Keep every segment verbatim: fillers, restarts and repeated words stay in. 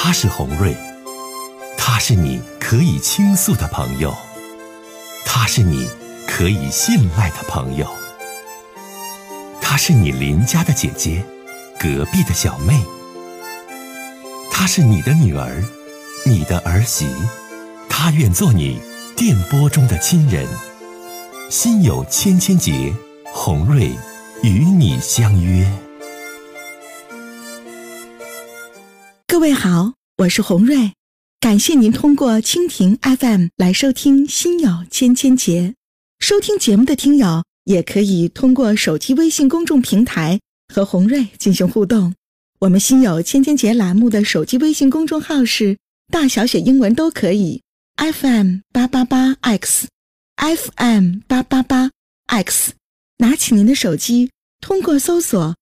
他是洪瑞，他是你可以倾诉的朋友，他是你可以信赖的朋友，她是你邻家的姐姐，隔壁的小妹，她是你的女儿，你的儿媳，她愿做你电波中的亲人。心有千千结，洪瑞与你相约。 各位好，我是洪瑞，感谢您通过蜻蜓 F M 来收听心有千千结。收听节目的听友也可以通过手机微信公众平台和洪瑞进行互动。我们心有千千结栏目的手机微信公众号是大小写英文都可以 F M 八八八 X F M 八八八 X， 拿起您的手机，通过搜索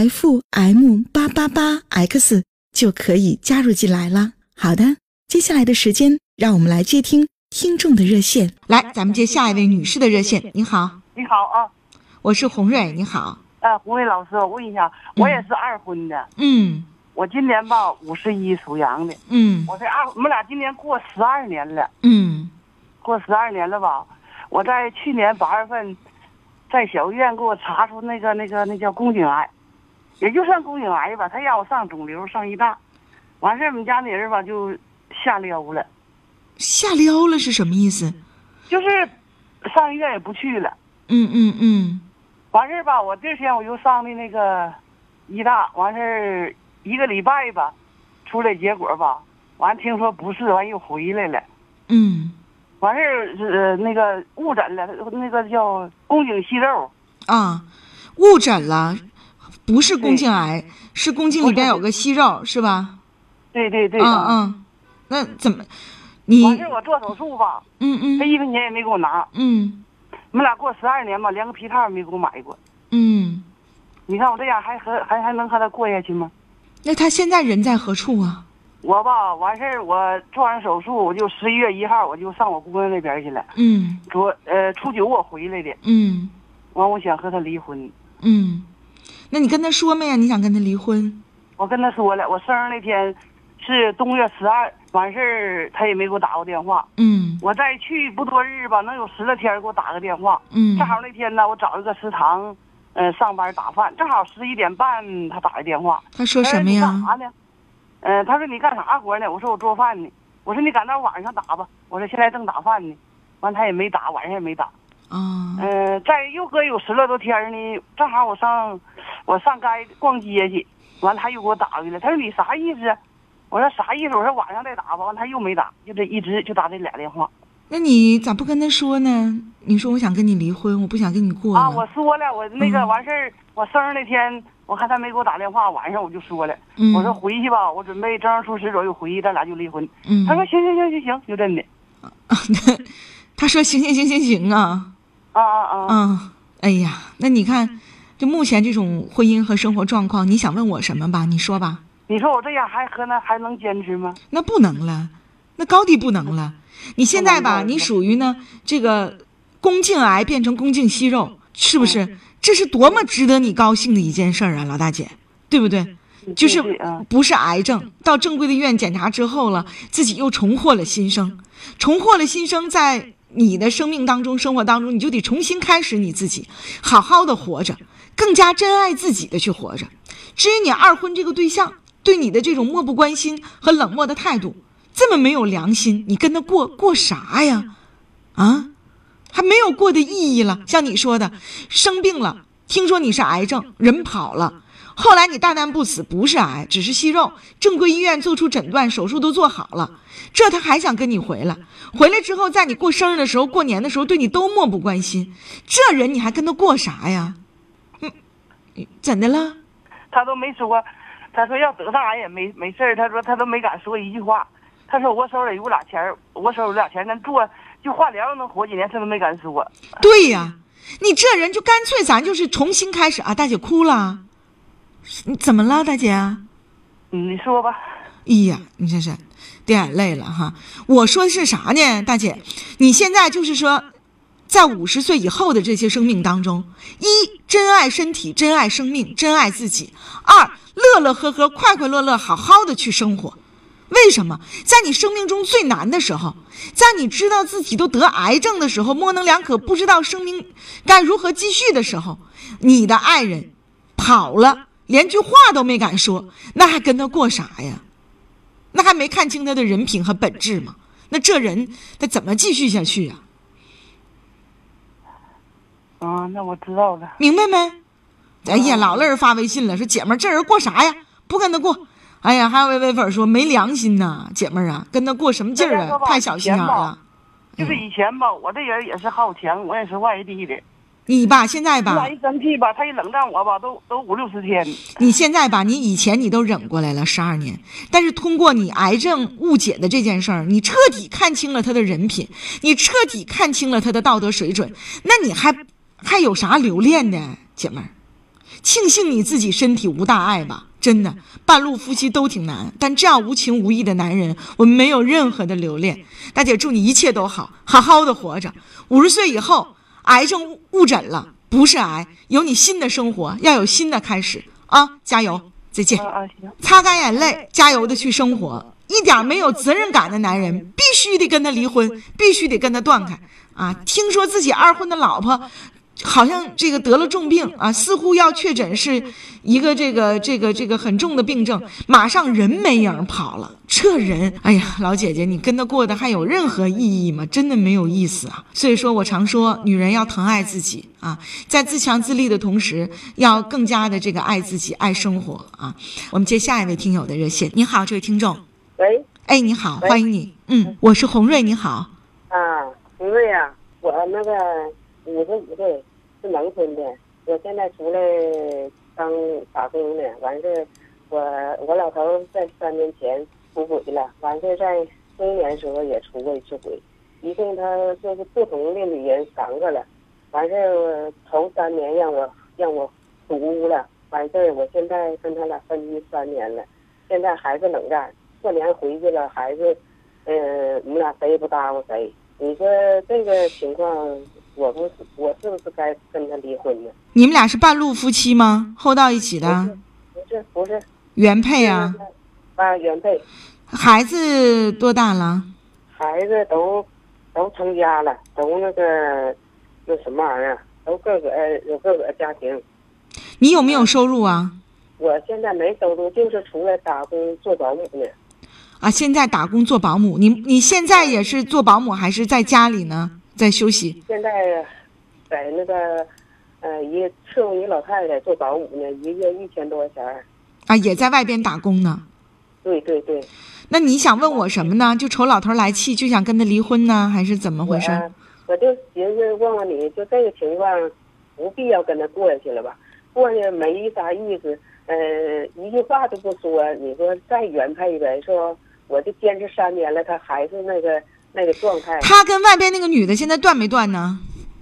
F M 八八八 X 就可以加入进来了。好的，接下来的时间让我们来接听听众的热线。来，咱们接下一位女士的热线。你好。 你好啊， 我是洪瑞。你好。 呃，洪瑞老师，我问一下，我也是二婚的。 嗯。 我今年吧五十一，属羊的。 嗯。 我这二，我们俩今年过十二年了。 嗯。 过十二年了吧？我在去年八月份，在小医院给我查出那个那个那叫宫颈癌，也就算宫颈癌吧。他让我上肿瘤，上医大，完事儿我们家那人吧就下撩了。 下撩了是什么意思？ 就是上医院也不去了。 嗯嗯嗯。 完事儿吧，我第二天我又上的那个医大，完事儿一个礼拜吧，出来结果吧，完听说不是，完又回来了。 嗯。 完事儿呃那个误诊了，那个叫宫颈息肉。啊， 误诊了，不是宫颈癌，是宫颈里边有个息肉，是吧？ 对对对。 嗯嗯。那怎么？你完事我做手术吧， 嗯嗯， 他一分钱也没给我拿。 嗯。 我们俩过十二年吧，连个皮套也没给我买过。 嗯。 你看我这样还和还还能和他过下去吗？ 那他现在人在何处啊？ 我吧，完事儿我做完手术，我就十一月一号我就上我姑娘那边去了。 嗯。 昨呃初九我回来的。 嗯。 完我想和他离婚。 嗯。那你跟他说没呀？你想跟他离婚？ 我跟他说了，我生日那天是冬月十二，完事儿他也没给我打过电话。 嗯。 我再去不多日吧，能有十来天给我打个电话。 嗯。 正好那天呢，我找一个食堂，呃，上班打饭，正好十一点半他打个电话。 他说什么呀？ 干啥呢？呃，他说你干啥活呢？我说我做饭呢。我说你赶到晚上打吧。我说现在正打饭呢。完他也没打，晚上也没打。 啊。 呃，再又隔有十来多天呢，正好我上我上街逛街去，完他又给我打回来。他说你啥意思？我说啥意思？我说晚上再打吧。完他又没打，就这一直就打这俩电话。 那你咋不跟他说呢？你说我想跟你离婚，我不想跟你过了。 啊，我说了，我那个、嗯、完事儿，我生日那天，我看他没给我打电话，晚上我就说了，嗯、我说回去吧，我准备正月初十左右回去，咱俩就离婚。嗯，他说行行行行行，就真的。 他说行行行行行啊。 啊啊啊。 嗯，哎呀，那你看，就目前这种婚姻和生活状况，你想问我什么吧？你说吧。 你说我这样还和那还能坚持吗？ 那不能了，那高低不能了。你现在吧，你属于呢这个宫颈癌变成宫颈息肉，是不是？这是多么值得你高兴的一件事儿啊，老大姐，对不对？就是不是癌症，到正规的医院检查之后了，自己又重获了新生，重获了新生，在你的生命当中、生活当中，你就得重新开始你自己，好好的活着，更加珍爱自己的去活着。至于你二婚这个对象对你的这种漠不关心和冷漠的态度，这么没有良心，你跟他过过啥呀？啊，还没有过的意义了。像你说的，生病了，听说你是癌症，人跑了，后来你大难不死，不是癌，只是息肉，正规医院做出诊断，手术都做好了，这他还想跟你回来，回来之后在你过生日的时候、过年的时候对你都漠不关心，这人你还跟他过啥呀？嗯，怎的了？ 他都没说，他说要得上癌也没没事，他说他都没敢说一句话。他说我手里有俩钱，我手里有俩钱，咱做就化疗能活几年，他都没敢说。 对呀，你这人就干脆咱就是重新开始啊！大姐哭了，你怎么了，大姐？ 嗯，你说吧。 哎呀，你这是掉眼泪了哈！我说的是啥呢，大姐？你现在就是说，在五十岁以后的这些生命当中，一珍爱身体，珍爱生命，珍爱自己；二乐乐呵呵，快快乐乐，好好的去生活。 为什么？在你生命中最难的时候，在你知道自己都得癌症的时候，模棱两可，不知道生命该如何继续的时候，你的爱人跑了，连句话都没敢说，那还跟他过啥呀？那还没看清他的人品和本质吗？那这人他怎么继续下去呀？ 啊，那我知道了， 明白没？哎呀，老乐人发微信了，说姐们儿，这人过啥呀？不跟他过。哎呀，还有微微粉说没良心呐，姐们儿啊，跟他过什么劲儿啊？太小心眼了。 就是以前吧，我这人也是好强，我也是外地的。 你吧，现在吧， 他一生气吧，他一冷战我吧，都都五六十天。 你现在吧，你以前你都忍过来了十二年，但是通过你癌症误解的这件事儿，你彻底看清了他的人品，你彻底看清了他的道德水准，那你还还有啥留恋的，姐妹儿？庆幸你自己身体无大碍吧，真的，半路夫妻都挺难，但这样无情无义的男人，我们没有任何的留恋。大姐，祝你一切都好，好好的活着。五十岁以后，癌症误诊了，不是癌，有你新的生活，要有新的开始啊！加油，再见。 啊啊行， 擦干眼泪，加油的去生活。一点没有责任感的男人，必须得跟他离婚，必须得跟他断开啊！听说自己二婚的老婆好像这个得了重病啊，似乎要确诊是一个这个这个这个很重的病症，马上人没影跑了。这人，哎呀，老姐姐，你跟他过的还有任何意义吗？真的没有意思啊。所以说我常说，女人要疼爱自己啊，在自强自立的同时，要更加的这个爱自己，爱生活啊。我们接下一位听友的热线。你好，这位听众。 喂。 哎，你好，欢迎你。嗯，我是洪瑞，你好。 啊，洪瑞啊，我那个五十五岁。是农村的，我现在出来当打工呢。完事，我我老头在三年前出轨了，完事在中年时候也出过一次轨，一共他就是不同的女人三个了。完事头三年让我让我出屋了，完事我现在跟他俩分居三年了，现在还是冷战。过年回去了，还是嗯、呃，我们俩谁也不搭理谁。你说这个情况？我不是，我是不是该跟他离婚呢？ 你们俩是半路夫妻吗？后到一起的？ 不是，不是， 原配啊。 啊，原配。 孩子多大了？ 孩子都都成家了，都那个那什么玩意儿，都各个有各个家庭。 你有没有收入啊？ 我现在没收入，就是出来打工做保姆呢。 啊，现在打工做保姆，你你现在也是做保姆，还是在家里呢？在休息。 现在在那个呃，一伺候一老太太做保姆呢，一个月一千多块钱。 啊，也在外边打工呢。 对对对。 那你想问我什么呢？就瞅老头来气，就想跟他离婚呢，还是怎么回事？ 我, 我就寻思问问你，就这个情况，不必要跟他过下去了吧？过去没啥意思，呃，一句话都不说，你说再原配呗，说我就坚持三年了，他还是那个。那个状态， 他跟外边那个女的现在断没断呢？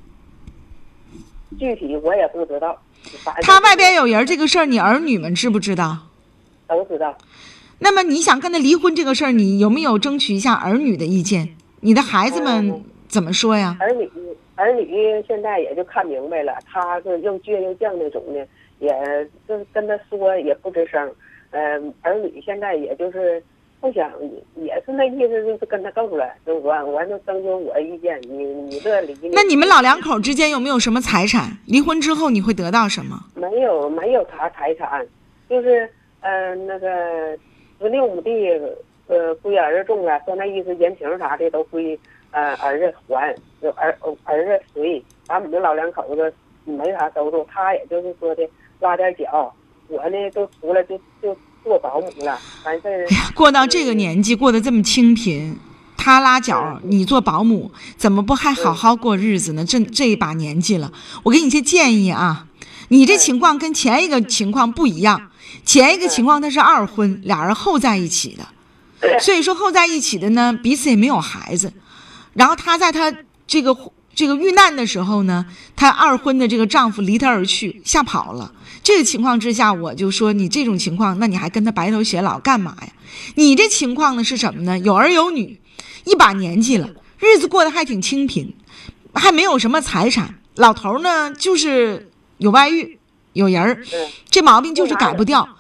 具体我也不知道。 他外边有人这个事儿，你儿女们知不知道？ 都知道。 那么你想跟他离婚这个事儿，你有没有争取一下儿女的意见？你的孩子们怎么说呀？ 嗯、儿女儿女现在也就看明白了，他是又倔又犟那种的，也就是跟他说也不吱声。呃，儿女现在也就是。不想也是那意思，就是跟他够了，我我就征求我意见，你你这离。 那你们老两口之间有没有什么财产？离婚之后你会得到什么？ 没有，没有啥财产，就是呃那个十六亩地，呃归儿子种了，说那意思人情啥的都归呃儿子还，就儿儿子随。咱们这老两口子没啥收入，他也就是说的拉点脚，我呢都出来就就。做保姆了，完事儿。 哎呀，过到这个年纪，过得这么清贫，他拉脚，你做保姆，怎么不还好好过日子呢？这这一把年纪了，我给你些建议啊。你这情况跟前一个情况不一样，前一个情况他是二婚，俩人后在一起的，所以说后在一起的呢，彼此也没有孩子。然后他在他这个这个遇难的时候呢，她二婚的这个丈夫离她而去，吓跑了。这个情况之下，我就说你这种情况，那你还跟他白头偕老干嘛呀？你这情况呢是什么呢？有儿有女，一把年纪了，日子过得还挺清贫，还没有什么财产。老头呢就是有外遇，有人儿，这毛病就是改不掉。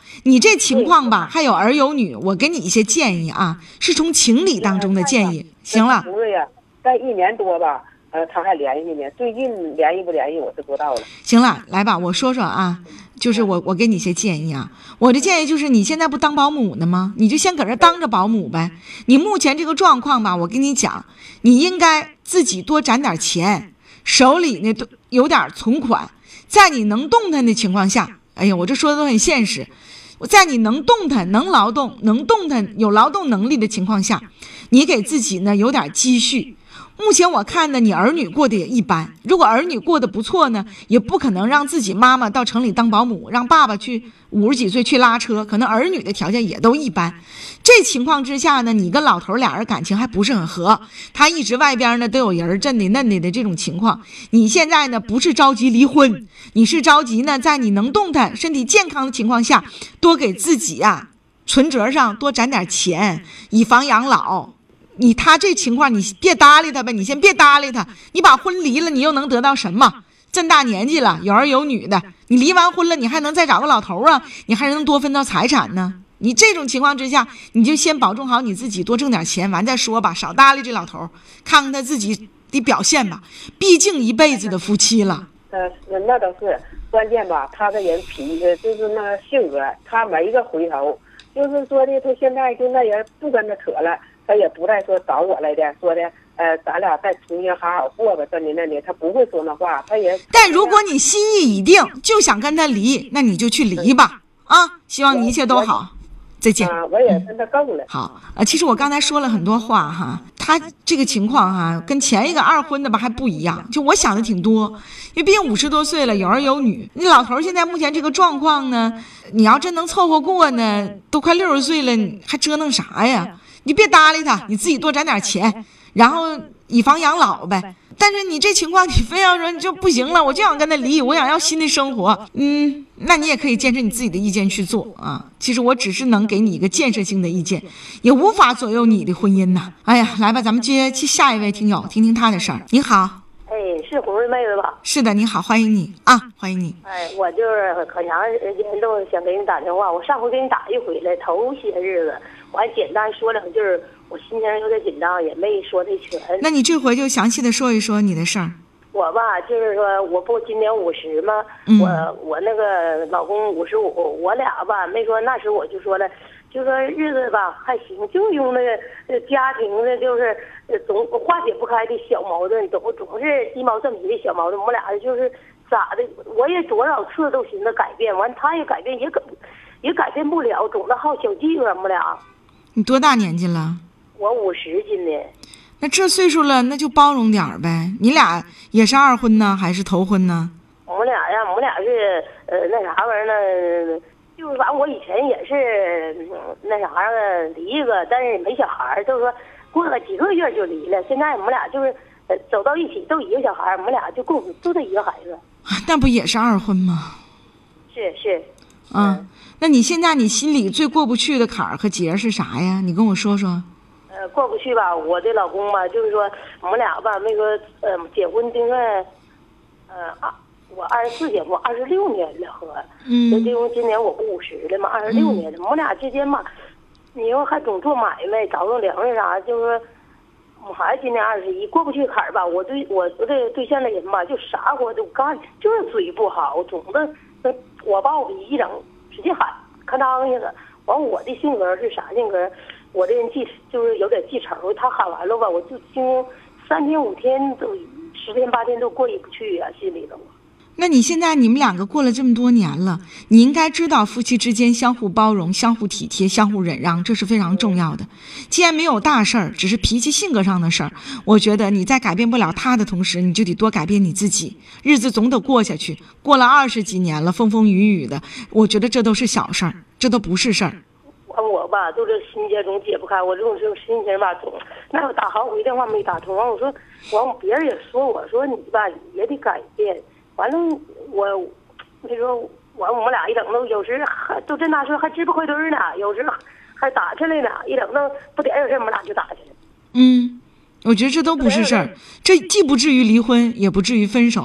你这情况吧，还有儿有女，我给你一些建议啊，是从情理当中的建议。行了， 不是呀，在一年多吧，呃，他还联系呢，最近联系不联系我是不知道了。 行了，来吧，我说说啊，就是我我给你一些建议啊，我的建议就是你现在不当保姆呢吗？你就先搁这当着保姆呗。你目前这个状况吧，我跟你讲，你应该自己多攒点钱，手里呢都有点存款，在你能动弹的情况下，哎呀，我这说的都很现实。在你能动弹、能劳动、能动弹、有劳动能力的情况下，你给自己呢有点积蓄。目前我看呢，你儿女过得也一般。如果儿女过得不错呢，也不可能让自己妈妈到城里当保姆，让爸爸去五十几岁去拉车，可能儿女的条件也都一般。这情况之下呢，你跟老头俩人感情还不是很合，他一直外边呢都有人震的嫩的的这种情况。你现在呢不是着急离婚，你是着急呢在你能动弹、身体健康的情况下，多给自己呀、啊、存折上多攒点钱，以防养老。你他这情况你别搭理他呗，你先别搭理他。你把婚离了，你又能得到什么？这么大年纪了，有儿有女的，你离完婚了，你还能再找个老头啊？你还能多分到财产呢？你这种情况之下，你就先保重好你自己，多挣点钱，完再说吧，少搭理这老头，看看他自己的表现吧。毕竟一辈子的夫妻了。 呃，那倒是，关键吧，他这人脾气就是那性格，他没一个回头，就是说的，他现在就那人不跟他扯了。他也不再说找我来的，说的，呃，咱俩再重新好好过吧，这的那的，他不会说那话，他也。 但如果你心意已定，就想跟他离，那你就去离吧，啊！希望你一切都好，再见。 啊，我也跟他够了。 好，呃，其实我刚才说了很多话哈，他这个情况哈，跟前一个二婚的吧还不一样，就我想的挺多，因为毕竟五十多岁了，有儿有女，你老头现在目前这个状况呢，你要真能凑合过呢，都快六十岁了，你还折腾啥呀？你别搭理他，你自己多攒点钱，然后以防养老呗。但是你这情况，你非要说你就不行了，我就想跟他离，我想要新的生活，嗯，那你也可以坚持你自己的意见去做啊。其实我只是能给你一个建设性的意见，也无法左右你的婚姻呐。哎呀，来吧，咱们接去下一位听友，听听他的事儿。你好。 哎，是红瑞妹子吧？ 是的，你好，欢迎你啊，欢迎你。 哎，我就是可长时间都想给你打电话，我上回给你打一回来，头些日子，我还简单说两句，我心情有点紧张，也没说的全。 那你这回就详细的说一说你的事儿。 我吧，就是说，我不今年五十吗？ 嗯、 我我那个老公五十五，我俩吧没说，那时我就说了，就说日子吧还行，就用那个家庭的，就是总化解不开的小矛盾，总总是鸡毛蒜皮的小矛盾，我们俩就是咋的？我也多少次都寻思改变，完他也改变，也改也改变不了，总是好小气我们俩。 你多大年纪了？ 我五十今年。 那这岁数了，那就包容点呗。你俩也是二婚呢，还是头婚呢？ 我们俩呀，我们俩是呃那啥玩意儿呢？就是反正我以前也是、嗯、那啥呢，离一个，但是没小孩，就是说过了几个月就离了。现在我们俩就是呃走到一起，都一个小孩，我们俩就共就这一个孩子。 那不也是二婚吗？ 是是。 嗯，嗯那你现在你心里最过不去的坎儿和结是啥呀？你跟我说说。 呃，过不去吧，我的老公吧，就是说我们俩吧，那个呃结婚定算，呃二我二十四结婚，二十六年了合， 嗯， 就结婚今年我不五十了嘛，二十六年了，我们俩之间嘛，你说还总做买卖，找种粮食啥，就是说我孩子今年二十一，过不去坎儿吧，我对我我这对象的人吧，就啥活都干，就是嘴不好，总的那我把我鼻一整，使劲喊，看当去了。完我的性格是啥性格？我这人记就是有点记仇，他喊完了吧，我就心三天五天都十天八天都过意不去呀、啊，心里头。 那你现在你们两个过了这么多年了，你应该知道夫妻之间相互包容、相互体贴、相互忍让，这是非常重要的。既然没有大事儿，只是脾气性格上的事儿，我觉得你在改变不了他的同时，你就得多改变你自己。日子总得过下去，过了二十几年了，风风雨雨的，我觉得这都是小事儿，这都不是事儿。 我吧，都是心结总解不开，我这种这种心情吧，总那我打好几回电话没打通。完我说，完别人也说我说你吧也得改变。完了我那时候完我们俩一整都有时还都真拿说还直不回堆呢，有时还打起来呢，一整都不点有事我们俩就打起来。 嗯，我觉得这都不是事儿，这既不至于离婚，也不至于分手。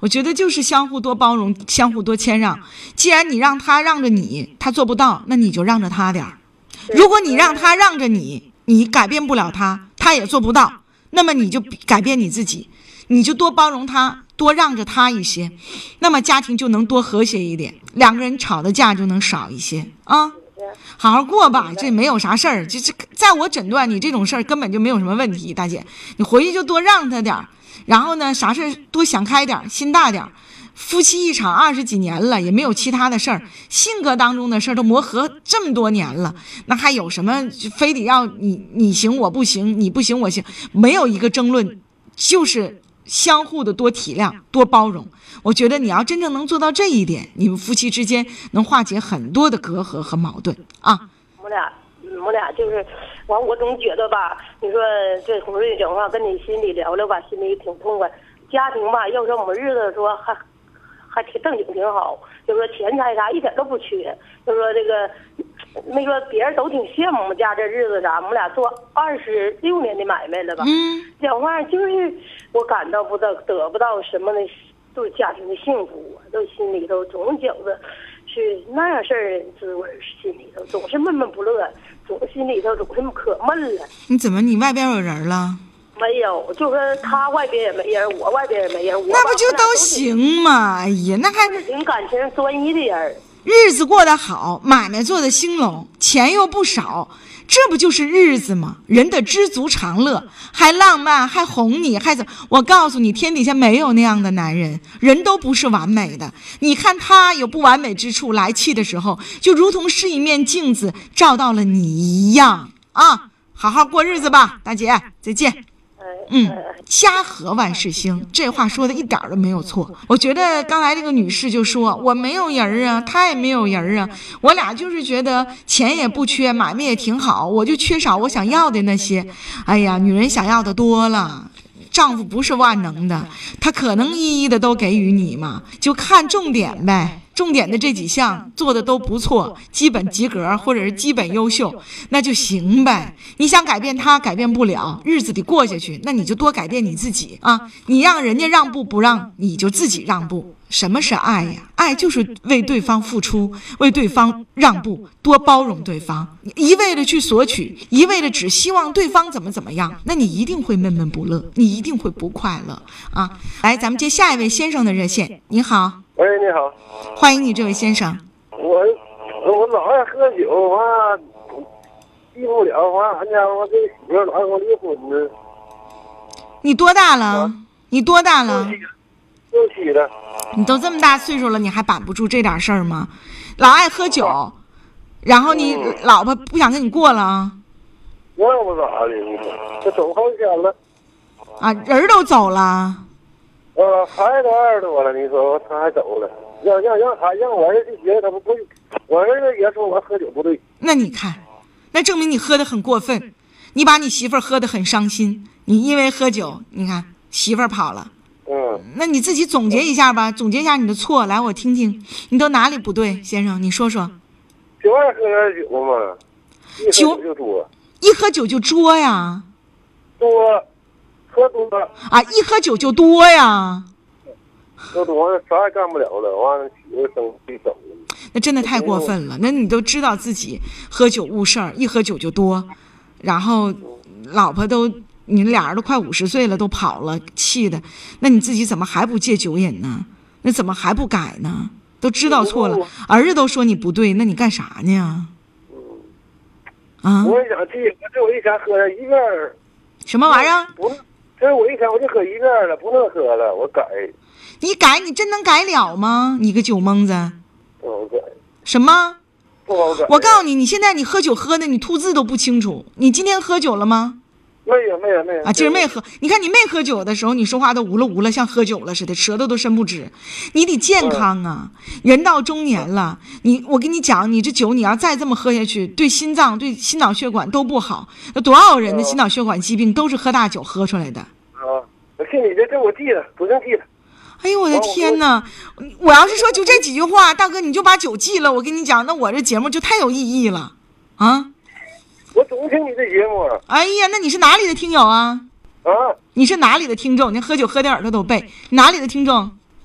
我觉得就是相互多包容，相互多谦让。既然你让他让着你，他做不到，那你就让着他点儿。如果你让他让着你，你改变不了他，他也做不到，那么你就改变你自己，你就多包容他，多让着他一些，那么家庭就能多和谐一点，两个人吵的架就能少一些啊。好好过吧，这没有啥事儿。这这，在我诊断，你这种事儿根本就没有什么问题，大姐，你回去就多让他点儿，然后呢，啥事多想开点，心大点。夫妻一场二十几年了，也没有其他的事儿，性格当中的事儿都磨合这么多年了，那还有什么非得要你你行我不行，你不行我行？没有一个争论，就是相互的多体谅、多包容。我觉得你要真正能做到这一点，你们夫妻之间能化解很多的隔阂和矛盾啊。 我俩，我们俩就是，完我总觉得吧，你说这红瑞讲话跟你心里聊聊吧，心里挺痛快。家庭吧，要说我们日子说还还挺正经挺好，就说钱财啥一点都不缺，就说这个。那个别人都挺羡慕我们家这日子啥，我们俩做二十六年的买卖了吧？嗯，讲话就是我感到不到得不到什么的，对家庭的幸福，都心里头总觉着是那样事儿滋味，心里头总是闷闷不乐，总心里头总是可闷了。 你怎么你外边有人了？ 没有，就说他外边也没人，我外边也没人，我那不就都行吗？哎呀，那还挺感情专一的人。 日子过得好，买卖做得兴隆，钱又不少，这不就是日子吗？人的知足常乐，还浪漫，还哄你，还怎？我告诉你，天底下没有那样的男人，人都不是完美的。你看他有不完美之处，来气的时候，就如同是一面镜子照到了你一样啊！好好过日子吧，大姐，再见。嗯，家和万事兴，这话说的一点都没有错。我觉得刚才这个女士就说我没有人啊，她也没有人啊，我俩就是觉得钱也不缺，买卖也挺好，我就缺少我想要的那些。哎呀，女人想要的多了，丈夫不是万能的，他可能一一的都给予你嘛，就看重点呗。重点的这几项做的都不错，基本及格或者是基本优秀，那就行呗。你想改变他，改变不了，日子得过下去，那你就多改变你自己啊！你让人家让步不让，你就自己让步。什么是爱呀？爱就是为对方付出，为对方让步，多包容对方。一味的去索取，一味的只希望对方怎么怎么样，那你一定会闷闷不乐，你一定会不快乐啊！来，咱们接下一位先生的热线。你好。 喂，你好， 欢迎你，这位先生。 我我老爱喝酒，完避不了，完俺家我这媳妇老爱跟我离婚呢。 你多大了？啊、你多大了？ 六七了。 你都这么大岁数了，你还板不住这点事儿吗？老爱喝酒，啊、然后你老婆不想跟你过了啊？ 那不咋的，这走好几天了。 啊，人都走了。 呃，孩子都二十多了，你说他还走了，让让让他让我儿子觉得他不对，我儿子也说我喝酒不对。 那你看，那证明你喝得很过分，你把你媳妇儿喝得很伤心，你因为喝酒，你看媳妇儿跑了。 嗯， 那你自己总结一下吧，总结一下你的错，来我听听，你都哪里不对，先生，你说说。 就爱喝点酒嘛，一喝酒就多， 一喝酒就作呀， 多。喝多啊！一喝酒就多呀， 喝多了啥也干不了了，完了媳妇生气走了。 那真的太过分了。那你都知道自己喝酒误事儿，一喝酒就多，然后老婆都你俩人都快五十岁了，都跑了，气的。那你自己怎么还不戒酒瘾呢？那怎么还不改呢？都知道错了，儿子都说你不对，那你干啥呢？啊！ 我也想戒，这我一天喝一遍。 什么玩意儿？ 不。这我一天我就喝一遍了，不能喝了，我改。 你改，你真能改了吗？你个酒蒙子！ 不好改。 什么？ 不好改。 我告诉你，你现在你喝酒喝的，你吐字都不清楚。你今天喝酒了吗？ 没有，没有，没有。 啊，今儿没喝。你看你没喝酒的时候，你说话都无了无了，像喝酒了似的，舌头都伸不直。你得健康啊！嗯、人到中年了，你我跟你讲，你这酒你要再这么喝下去，对心脏、对心脑血管都不好。那多少人的心脑血管疾病都是喝大酒喝出来的。 啊，我听你这，这我记了，不用记了。 哎呦我的天哪！我要是说就这几句话，大哥你就把酒记了，我跟你讲，那我这节目就太有意义了啊！ 我总听你这节目。 哎呀，那你是哪里的听友啊？ 啊？ 你是哪里的听众？你喝酒喝的耳朵都背。哪里的听众？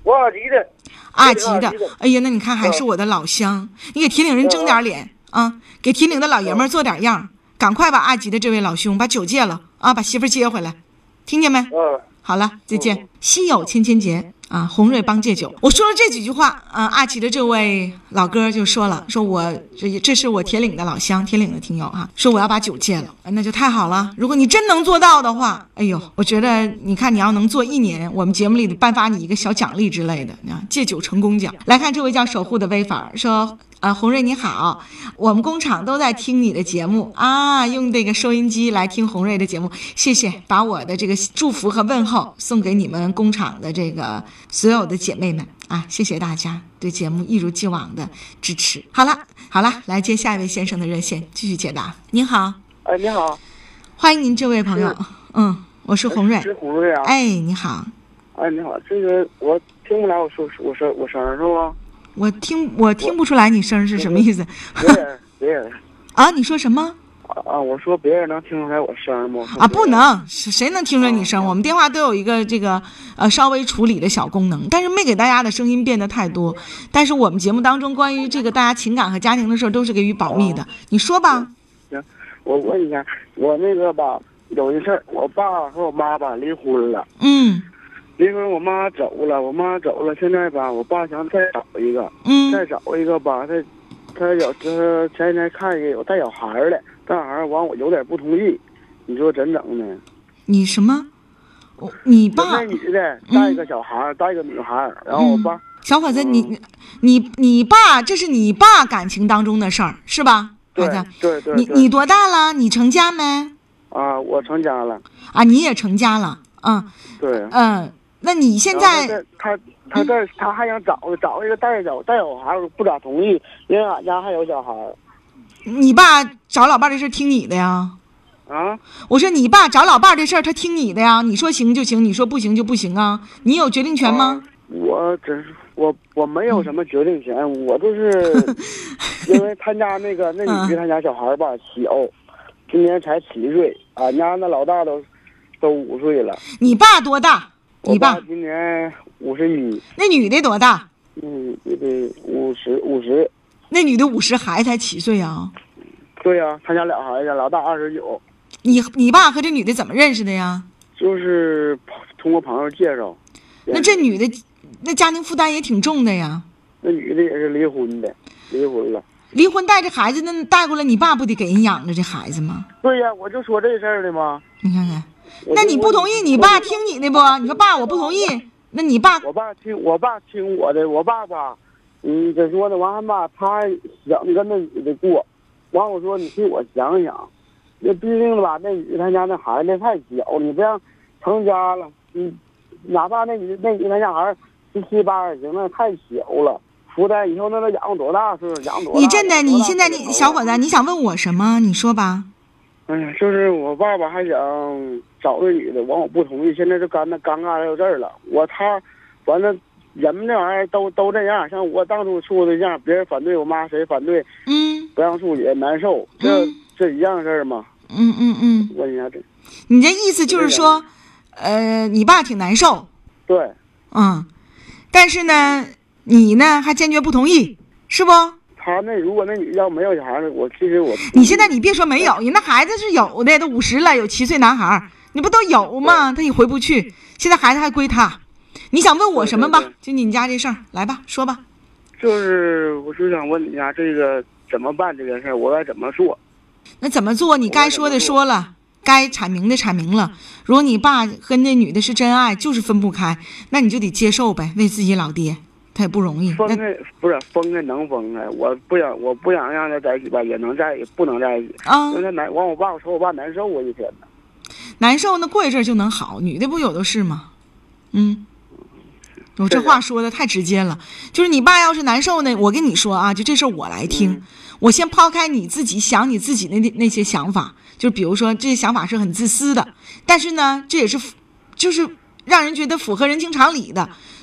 我二级的。 二级的，哎呀，那你看还是我的老乡，你给铁岭人争点脸啊，给铁岭的老爷们做点样，赶快把二级的这位老兄把酒戒了啊，把媳妇接回来，听见没？ 嗯。 好了，再见。稀有千千结啊，红瑞帮戒酒。我说了这几句话啊，阿奇的这位老哥就说了，说我这这是我铁岭的老乡，铁岭的听友哈，说我要把酒戒了，那就太好了。如果你真能做到的话，哎呦，我觉得你看你要能做一年，我们节目里颁发你一个小奖励之类的，啊，戒酒成功奖。来看这位叫守护的微法说。啊，红瑞你好，我们工厂都在听你的节目啊，用这个收音机来听红瑞的节目，谢谢，把我的这个祝福和问候送给你们工厂的这个所有的姐妹们啊，谢谢大家对节目一如既往的支持。好了好了，来接下一位先生的热线继续解答。您好， 哎，你好， 欢迎您这位朋友，嗯，我是红瑞， 是红瑞啊， 哎，你好， 哎，你好，这个我听不来我说我说我声是吧？ 我听我听不出来你声是什么意思？ 别人别人啊，你说什么？ 啊，我说别人能听出来我声吗？ 啊，不能，谁能听出来你声？我们电话都有一个这个呃稍微处理的小功能，但是没给大家的声音变得太多。但是我们节目当中关于这个大家情感和家庭的事儿都是给予保密的。啊、你说吧。 行，我问一下，我那个吧有一事儿，我爸和我妈吧离婚了。 嗯。 离婚，我妈走了，我妈走了，现在吧，我爸想再找一个， 嗯， 再找一个吧，他他有他前几天看一个有带小孩的，带小孩完我有点不同意，你说怎整呢？ 你什么？我你爸那女的带一个小孩，带、嗯、一个女孩，然后我爸、嗯、 小伙子，嗯、你你你爸这是你爸感情当中的事儿是吧？ 对对 对, 对。 你你多大了？你成家没？ 啊，我成家了。 啊，你也成家了？嗯。 对。 嗯。那你现在他他这、嗯、他还想找找一个带小带小孩，不咋同意，因为俺家还有小孩。 你爸找老伴这事听你的呀？ 啊？ 我说你爸找老伴这事儿他听你的呀？你说行就行，你说不行就不行啊？你有决定权吗？ 啊、我只是我我没有什么决定权，嗯、我就是因为他家那个那女的他家小孩吧小，今年才七岁，俺家那老大都。都五岁了。 你爸多大？你爸今年五十一。 那女的多大？ 嗯，也得五十五十。 那女的五十，孩子才七岁啊？ 对呀、啊，他家俩孩子，老大二十九。 你你爸和这女的怎么认识的呀？ 就是通过朋友介绍。 那这女的，那家庭负担也挺重的呀。 那女的也是离婚的，离婚了。 离婚带着孩子，那带过来，你爸不得给人养着这孩子吗？ 对呀、啊，我就说这事儿的嘛。 你看看。那你不同意，你爸听你的不？你说爸，我不同意。那你爸， 我爸听我爸听我的，我爸吧，嗯，怎说呢？完了吧，他想跟那女的过，完我说你替我想想，那毕竟吧，那女他家那孩子太小，你这样成家了，嗯，哪怕那女那女他家孩子十七八也行，那太小了，负担以后那都养多大岁数，养多大？ 你真的，你现在你小伙子，你想问我什么？你说吧。 哎呀，就是我爸爸还想找个女的，完我不同意，现在就尴尬尴尬到这儿了。我他，反正人们这玩意儿都都这样，像我当初处对象，别人反对我妈，谁反对， 嗯， 不让处也难受，这、嗯、这一样事儿嘛。 嗯嗯嗯。 问一下这， 你这意思就是说，呃，你爸挺难受。 对。 嗯，但是呢，你呢还坚决不同意，是不？ 他那如果那女要没有小孩呢，我其实我你现在你别说没有，人那孩子是有的，都五十了，有七岁男孩，你不都有吗？他也回不去，现在孩子还归他。你想问我什么吧？对对对，就你家这事儿，来吧，说吧。 就是我就想问你一下，这个怎么办这件事，我该怎么做？ 那怎么做？你该说的说了，该阐明的阐明了。如果你爸跟那女的是真爱，就是分不开，那你就得接受呗，为自己老爹。他也不容易， 分开不是分开能分开，我不想我不想让他在一起吧，也能在一起，不能在一起啊。因为他难，完我爸我瞅我爸难受啊，一天的。 难受那过一阵就能好，女的不有的是吗？嗯，我这话说的太直接了，就是你爸要是难受呢，我跟你说啊，就这事我来听，嗯、我先抛开你自己想你自己的那那些想法，就比如说这些想法是很自私的，但是呢，这也是就是让人觉得符合人情常理的。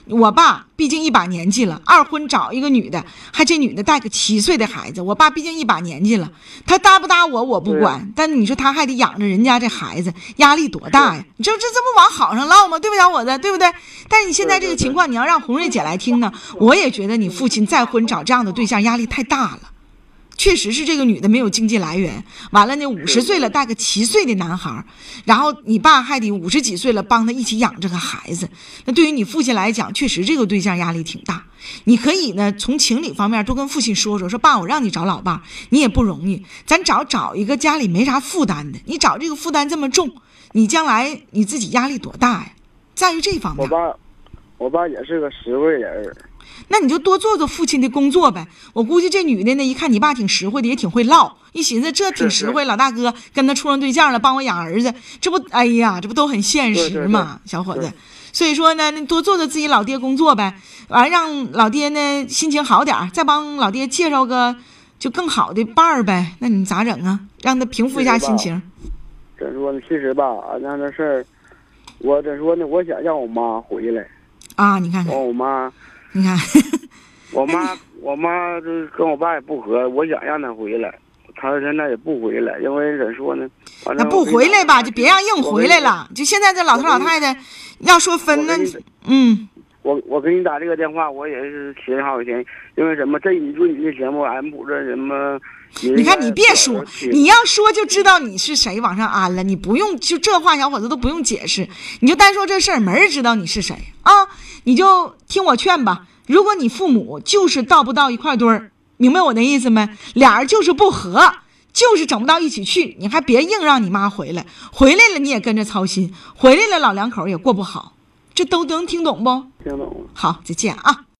我爸毕竟一把年纪了，二婚找一个女的，还这女的带个七岁的孩子，我爸毕竟一把年纪了，他搭不搭我我不管，但你说他还得养着人家这孩子，压力多大呀？你这这这不往好上唠吗？对不对，小伙子？对不对？但是你现在这个情况，你要让红瑞姐来听呢，我也觉得你父亲再婚找这样的对象压力太大了。确实是这个女的没有经济来源，完了呢，五十岁了带个七岁的男孩，然后你爸还得五十几岁了帮他一起养这个孩子，那对于你父亲来讲，确实这个对象压力挺大。你可以呢从情理方面多跟父亲说说，说爸，我让你找老爸，你也不容易，咱找找一个家里没啥负担的，你找这个负担这么重，你将来你自己压力多大呀？在于这方面。 我爸，我爸也是个实惠人。 那你就多做做父亲的工作呗。我估计这女的呢，一看你爸挺实惠的，也挺会唠，一寻思这挺实惠，老大哥跟他处上对象了，帮我养儿子，这不，哎呀，这不都很现实吗？小伙子，所以说呢，你多做做自己老爹工作呗，完让老爹呢心情好点，再帮老爹介绍个就更好的伴儿呗。那你咋整啊？让他平复一下心情。 怎说呢？其实吧，那这事儿，我怎说呢？我想让我妈回来啊，你看看， 我妈。 你看， 我妈，我妈就跟我爸也不和，我想让她回来，她现在也不回来，因为怎说呢？ 那不回来吧，就别让硬回来了。就现在这老头老太太，要说分呢，嗯。 我我给你打这个电话，我也是寻思好几天，因为什么？这一对你的节目，俺不这什么。 你看，你别说，你要说就知道你是谁，往上安了，你不用就这话，小伙子都不用解释，你就单说这事儿，没人知道你是谁啊！你就听我劝吧，如果你父母就是到不到一块堆儿，明白我的意思没？俩人就是不合，就是整不到一起去，你还别硬让你妈回来，回来了你也跟着操心，回来了老两口也过不好，这都能听懂不？ 听懂了。 好，再见啊。